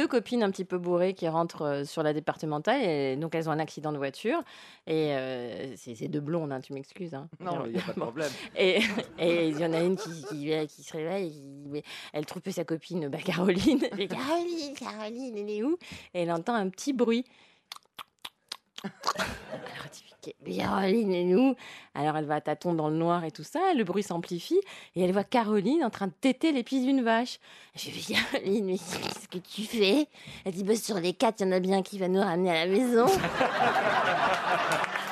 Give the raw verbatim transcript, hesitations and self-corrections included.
deux copines un petit peu bourrées qui rentrent euh, sur la départementale. Et donc, elles ont un accident de voiture. Et euh, c'est, c'est deux blondes, hein, tu m'excuses. Hein. Non, il n'y a pas de Bon. problème. Et et il y en a une qui, qui, qui se réveille. Et qui, mais elle trouve sa copine, bah, Caroline. Elle fait, Caroline, Caroline, elle est où? Et elle entend un petit bruit. Alors, tu fais, mais Caroline, elle est où? Alors, elle va à tâtons dans le noir et tout ça. Le bruit s'amplifie. Et elle voit Caroline en train de téter les pieds d'une vache. Je lui dis, Caroline, mais qu'est-ce que tu fais? Elle dit, bah, sur les quatre, il y en a bien qui va nous ramener à la maison.